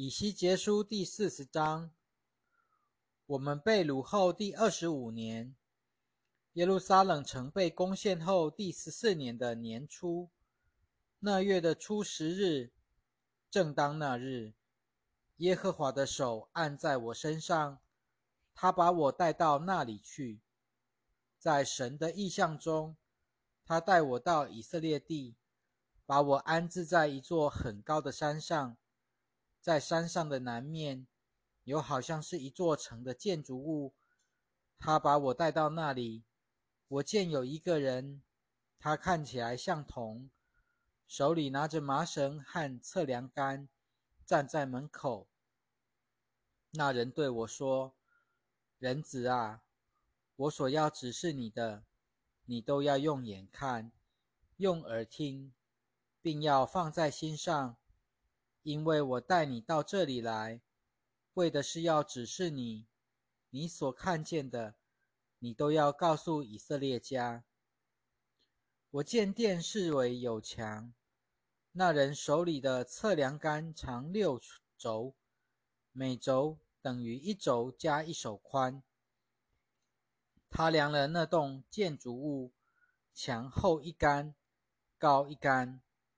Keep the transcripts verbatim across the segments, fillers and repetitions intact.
以西结书第四十章。我们被掳后第二十五年，耶路撒冷城被攻陷后第十四年的年初，那月的初十日，正当那日，耶和华的手按在我身上，他把我带到那里去。在神的意象中，他带我到以色列地，把我安置在一座很高的山上。在山上的南面，有好像是一座城的建筑物。他把我带到那里，我见有一个人，他看起来像铜，手里拿着麻绳和测量杆，站在门口。那人对我说：人子啊，我所要指示你的，你都要用眼看，用耳听，并要放在心上，因为我带你到这里来，为的是要指示你，你所看见的，你都要告诉以色列家。我见殿四围有墙，那人手里的测量杆长六肘，每肘等于一肘加一手宽。他量了那栋建筑物，墙厚一竿，高一竿。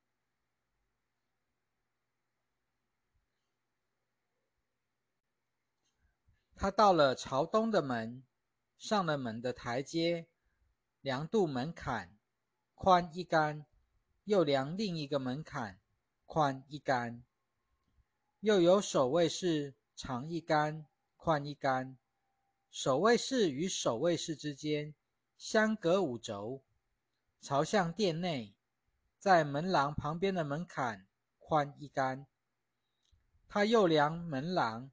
他到了朝东的门，上了门的台阶，量度门槛，宽一竿，又量另一个门槛，宽一竿。又有守卫室，长一竿，宽一竿。守卫室与守卫室之间相隔五肘，朝向殿内，在门廊旁边的门槛宽一竿。他又量门廊，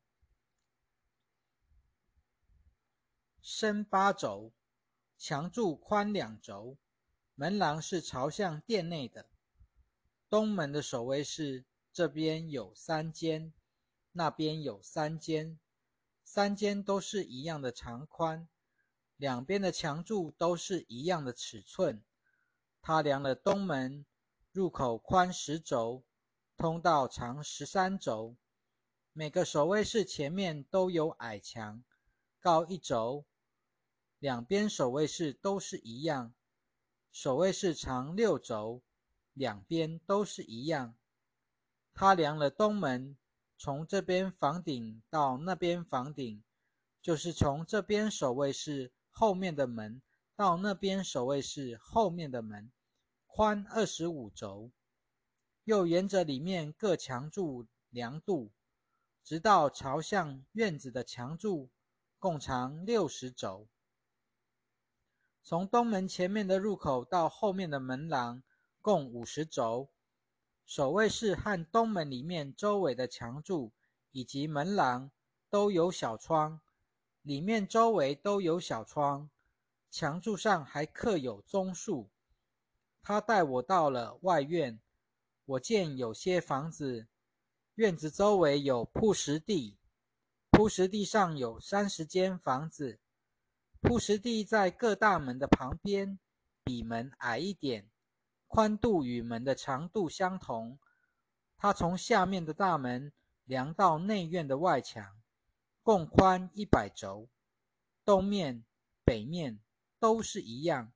深八肘，墙柱宽两肘，门廊是朝向殿内的。东门的守卫室这边有三间，那边有三间，三间都是一样的长宽，两边的墙柱都是一样的尺寸。他量了东门，入口宽十肘，通道长十三肘。每个守卫室前面都有矮墙，高一肘。两边守卫室都是一样，守卫室长六肘，两边都是一样。他量了东门，从这边房顶到那边房顶，就是从这边守卫室后面的门到那边守卫室后面的门，宽二十五肘。又沿着里面各墙柱量度，直到朝向院子的墙柱，共长六十肘。从东门前面的入口到后面的门廊共五十肘。守卫室和东门里面周围的墙柱以及门廊都有小窗，里面周围都有小窗，墙柱上还刻有棕树。他带我到了外院，我见有些房子，院子周围有铺石地，铺石地上有三十间房子。铺石地在各大门的旁边，比门矮一点，宽度与门的长度相同。它从下面的大门量到内院的外墙，共宽一百肘，东面、北面都是一样。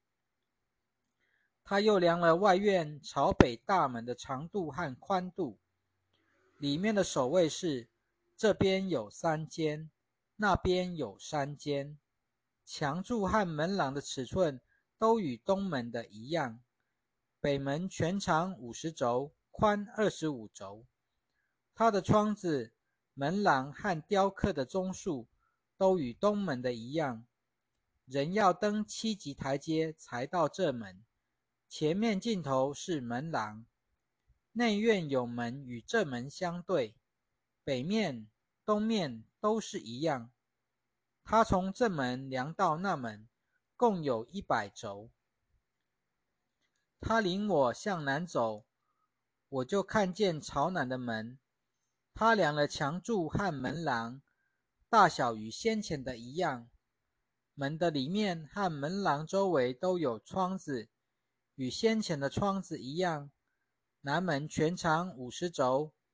他又量了外院朝北大门的长度和宽度。里面的守卫室，这边有三间，那边有三间。墙柱和门廊的尺寸都与东门的一样。北门全长五十肘，宽二十五肘。它的窗子、门廊和雕刻的棕树都与东门的一样。人要登七级台阶才到这门，前面尽头是门廊。内院有门与这门相对，北面、东面都是一样。他从这门量到那门，共有一百肘。他领我向南走，我就看见朝南的门。他量了墙柱和门廊，大小与先前的一样。门的里面和门廊周围都有窗子，与先前的窗子一样。南门全长五十肘，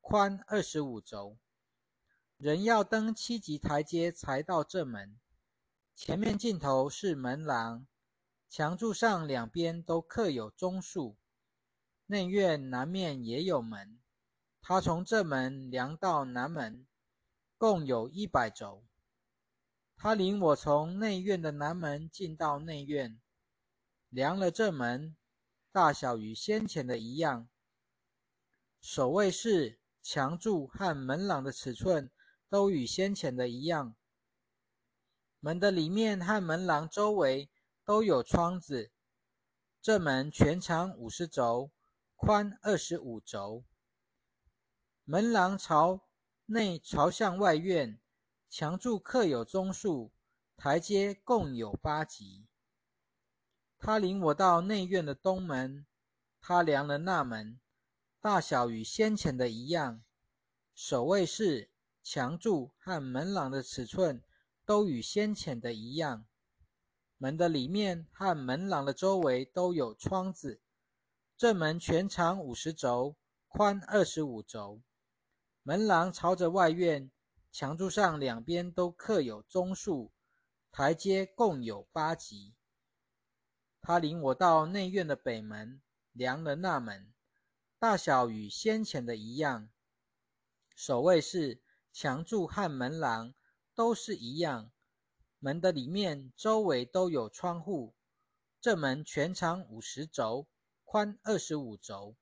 宽二十五肘。人要登七级台阶才到正门，前面尽头是门廊，墙柱上两边都刻有钟数。内院南面也有门，他从正门量到南门，共有一百肘。他领我从内院的南门进到内院，量了正门，大小与先前的一样。守卫室、墙柱和门廊的尺寸都与先前的一样。门的里面和门廊周围都有窗子。正门全长五十肘，宽二十五肘。门廊朝内朝向外院，墙柱刻有钟数，台阶共有八级。他领我到内院的东门，他量了那门，大小与先前的一样。守卫室、墙柱和门廊的尺寸都与先前的一样。门的里面和门廊的周围都有窗子。正门全长五十肘，宽二十五肘。门廊朝着外院，墙柱上两边都刻有钟数，台阶共有八级。他领我到内院的北门，量了那门，大小与先前的一样。守卫室、墙柱和门廊都是一样。门的里面周围都有窗户。正门全长五十肘，宽二十五肘。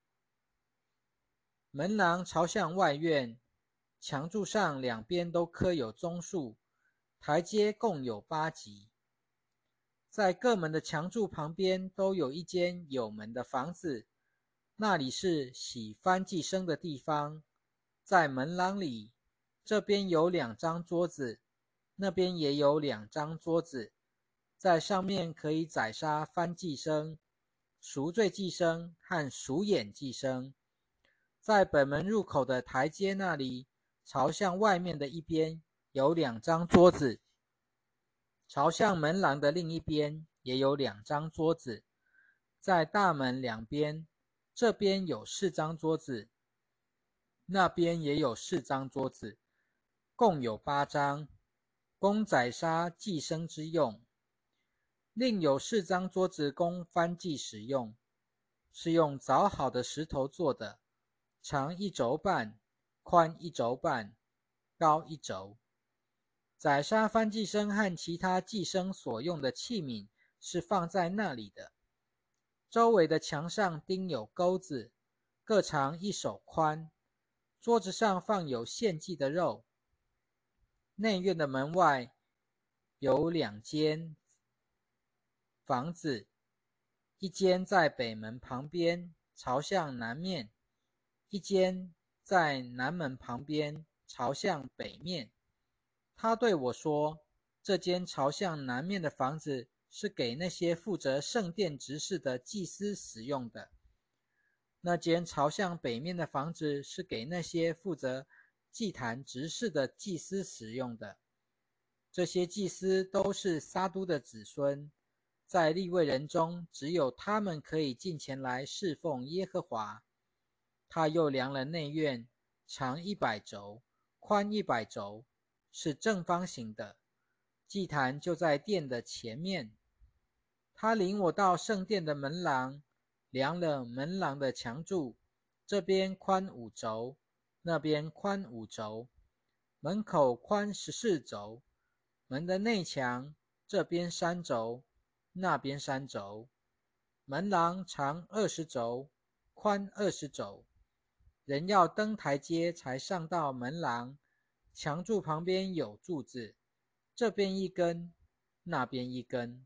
门廊朝向外院，墙柱上两边都刻有钟数，台阶共有八级。在各门的墙柱旁边都有一间有门的房子，那里是洗燔祭牲的地方。在门廊里，这边有两张桌子，那边也有两张桌子，在上面可以宰杀燔祭牲、赎罪祭牲和赎眼祭牲。在本门入口的台阶那里，朝向外面的一边有两张桌子，朝向门廊的另一边也有两张桌子。在大门两边，这边有四张桌子，那边也有四张桌子，共有八张，供宰杀祭牲之用。另有四张桌子供燔祭使用，是用凿好的石头做的，长一肘半，宽一肘半，高一肘。宰杀燔祭牲和其他祭牲所用的器皿是放在那里的。周围的墙上钉有钩子，各长一手宽。桌子上放有献祭的肉。内院的门外有两间房子，一间在北门旁边，朝向南面；一间在南门旁边，朝向北面。他对我说，这间朝向南面的房子是给那些负责圣殿执事的祭司使用的，那间朝向北面的房子是给那些负责祭坛执事的祭司使用的。这些祭司都是撒督的子孙，在利未人中只有他们可以进前来侍奉耶和华。他又量了内院，长一百肘，宽一百肘，是正方形的，祭坛就在殿的前面。他领我到圣殿的门廊，量了门廊的墙柱，这边宽五肘，那边宽五肘，门口宽十四肘。门的内墙，这边三肘，那边三肘。门廊长二十肘，宽二十肘。人要登台阶才上到门廊，墙柱旁边有柱子，这边一根，那边一根。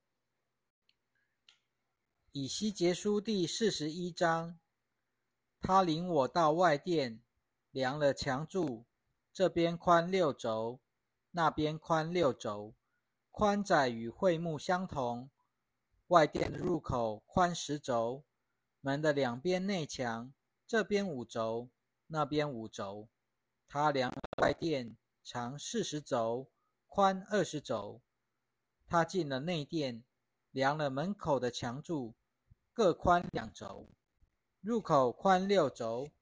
以西结书第四十一章。他领我到外殿，量了墙柱，这边宽六肘，那边宽六肘，宽窄与会幕相同。外殿的入口宽十肘，门的两边内墙，这边五肘，那边五肘。他量外殿长四十肘，宽二十肘。他进了内殿，量了门口的墙柱，各宽两肘。入口宽六肘，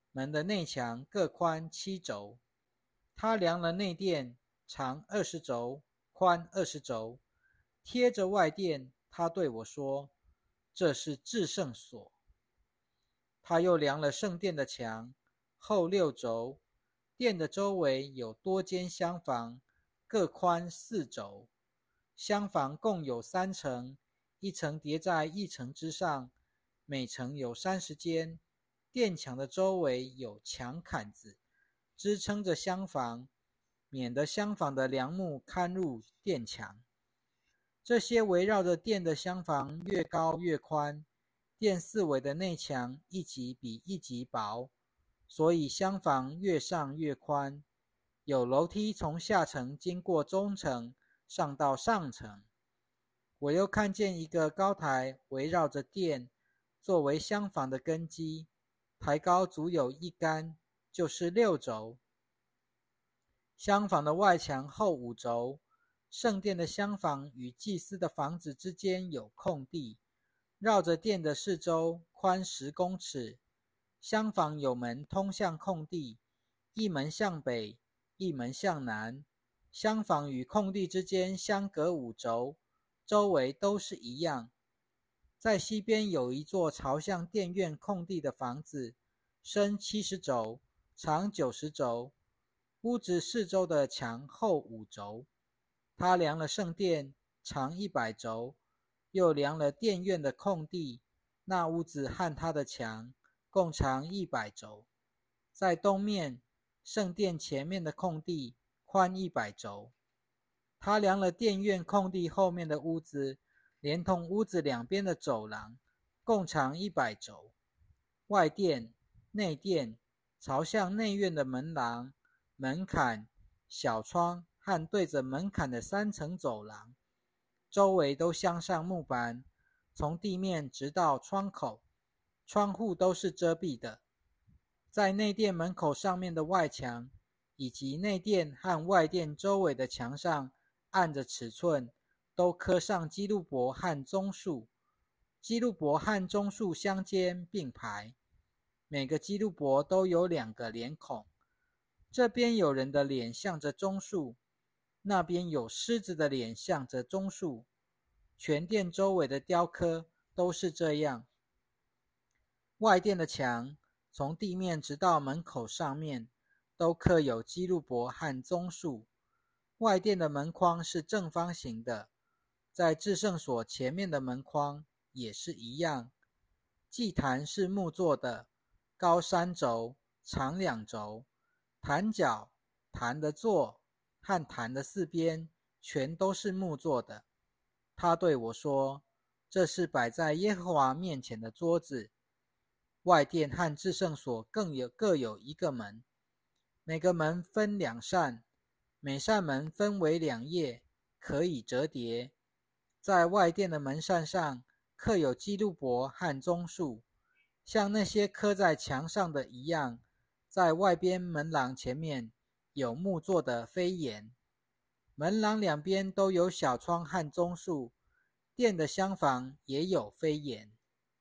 门的内墙各宽七肘。他量了内殿，长二十肘，宽二十肘，贴着外殿。他对我说：“这是至圣所。”他又量了圣殿的墙，厚六肘，殿的周围有多间厢房，各宽四肘。厢房共有三层，一层叠在一层之上，每层有三十间。殿墙的周围有墙坎子，支撑着厢房，免得厢房的梁木嵌入殿墙。这些围绕着殿的厢房越高越宽，殿四围的内墙一级比一级薄，所以厢房越上越宽。有楼梯从下层经过中层，上到上层。我又看见一个高台围绕着殿，作为厢房的根基，台高足有一竿，就是六肘。厢房的外墙厚五肘。圣殿的厢房与祭司的房子之间有空地，绕着殿的四周，宽十公尺。厢房有门通向空地，一门向北，一门向南。厢房与空地之间相隔五肘，周围都是一样。在西边有一座朝向殿院空地的房子，深七十肘，长九十肘，屋子四周的墙厚五肘。他量了圣殿，长一百肘，又量了殿院的空地，那屋子和他的墙，共长一百肘。在东面，圣殿前面的空地宽一百肘。他量了殿院空地后面的屋子，连同屋子两边的走廊，共长一百肘。外殿、内殿、朝向内院的门廊、门槛、小窗和对着门槛的三层走廊，周围都镶上木板，从地面直到窗口，窗户都是遮蔽的。在内殿门口上面的外墙，以及内殿和外殿周围的墙上，按着尺寸，都刻上基路伯和棕树。基路伯和棕树相间并排，每个基路伯都有两个脸孔，这边有人的脸向着棕树，那边有狮子的脸向着棕树。全殿周围的雕刻都是这样。外殿的墙从地面直到门口上面，都刻有基路伯和棕树。外殿的门框是正方形的，在至圣所前面的门框也是一样。祭坛是木做的，高三肘，长两肘。坛角、坛的座和坛的四边全都是木做的。他对我说：“这是摆在耶和华面前的桌子。”外殿和至圣所更有各有一个门，每个门分两扇，每扇门分为两页，可以折叠。在外殿的门扇上刻有基路伯和棕树，像那些刻在墙上的一样。在外边门廊前面有木做的飞檐，门廊两边都有小窗和棕树，殿的厢房也有飞檐。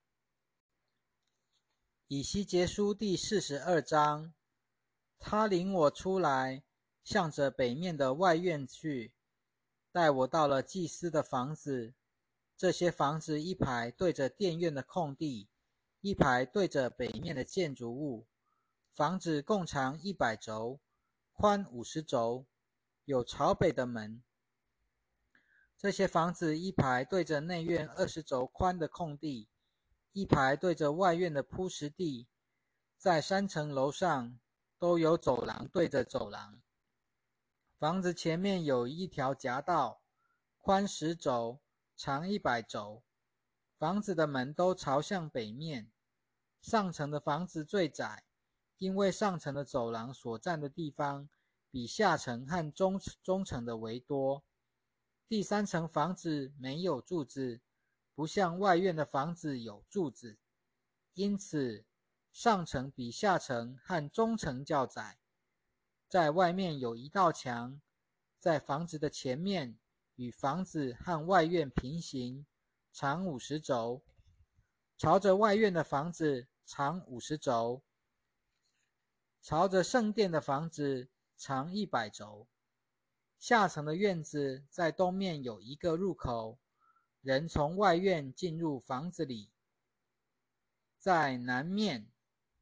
以西结书第四十二章。他领我出来，向着北面的外院去，带我到了祭司的房子。这些房子一排对着殿院的空地，一排对着北面的建筑物。房子共长一百肘，宽五十肘，有朝北的门。这些房子一排对着内院二十肘宽的空地，一排对着外院的铺石地。在三层楼上都有走廊对着走廊。房子前面有一条夹道，宽十肘，长一百肘。房子的门都朝向北面。上层的房子最窄，因为上层的走廊所占的地方比下层和中中层的为多。第三层房子没有柱子，不像外院的房子有柱子，因此上层比下层和中层较窄。在外面有一道墙，在房子的前面，与房子和外院平行，长五十肘。朝着外院的房子长五十肘， 朝着圣殿的房子长一百肘。下层的院子在东面有一个入口，人从外院进入房子里。在南面，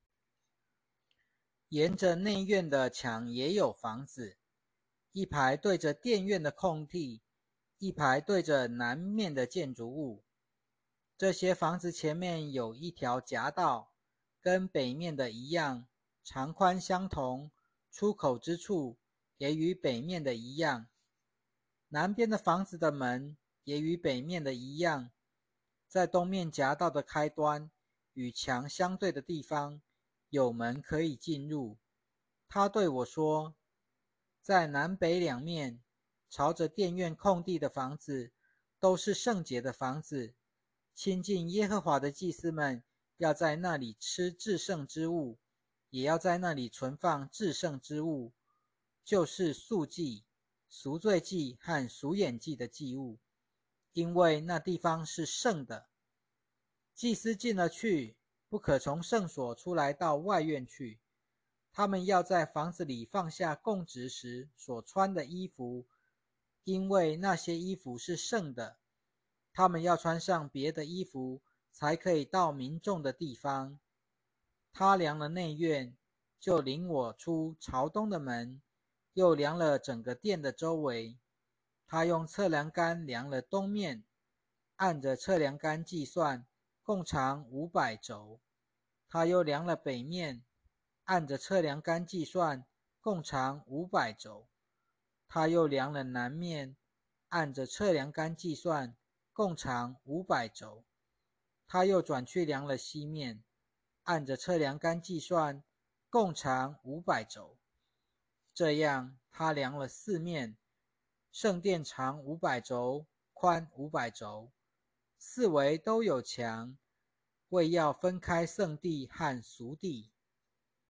沿着内院的墙也有房子，一排对着殿院的空地，一排对着南面的建筑物。这些房子前面有一条夹道，跟北面的一样，长宽相同，出口之处也与北面的一样。南边的房子的门也与北面的一样，在东面夹道的开端与墙相对的地方有门可以进入。他对我说，在南北两面朝着殿院空地的房子都是圣洁的房子，亲近耶和华的祭司们要在那里吃至圣之物，也要在那里存放至圣之物，就是素祭、赎罪祭和赎眼祭的祭物，因为那地方是圣的。祭司进了去，不可从圣所出来到外院去。他们要在房子里放下供职时所穿的衣服，因为那些衣服是圣的。他们要穿上别的衣服，才可以到民众的地方。他量了内院，就领我出朝东的门，又量了整个殿的周围。他用测量杆量了东面，按着测量杆计算，共长五百肘。他又量了北面，按着测量杆计算，共长五百肘。他又量了南面，按着测量杆计算，共长五百肘。他又转去量了西面，按着测量杆计算，共长五百肘。这样他量了四面，圣殿长五百肘，宽五百肘，四围都有墙，为要分开圣地和俗地。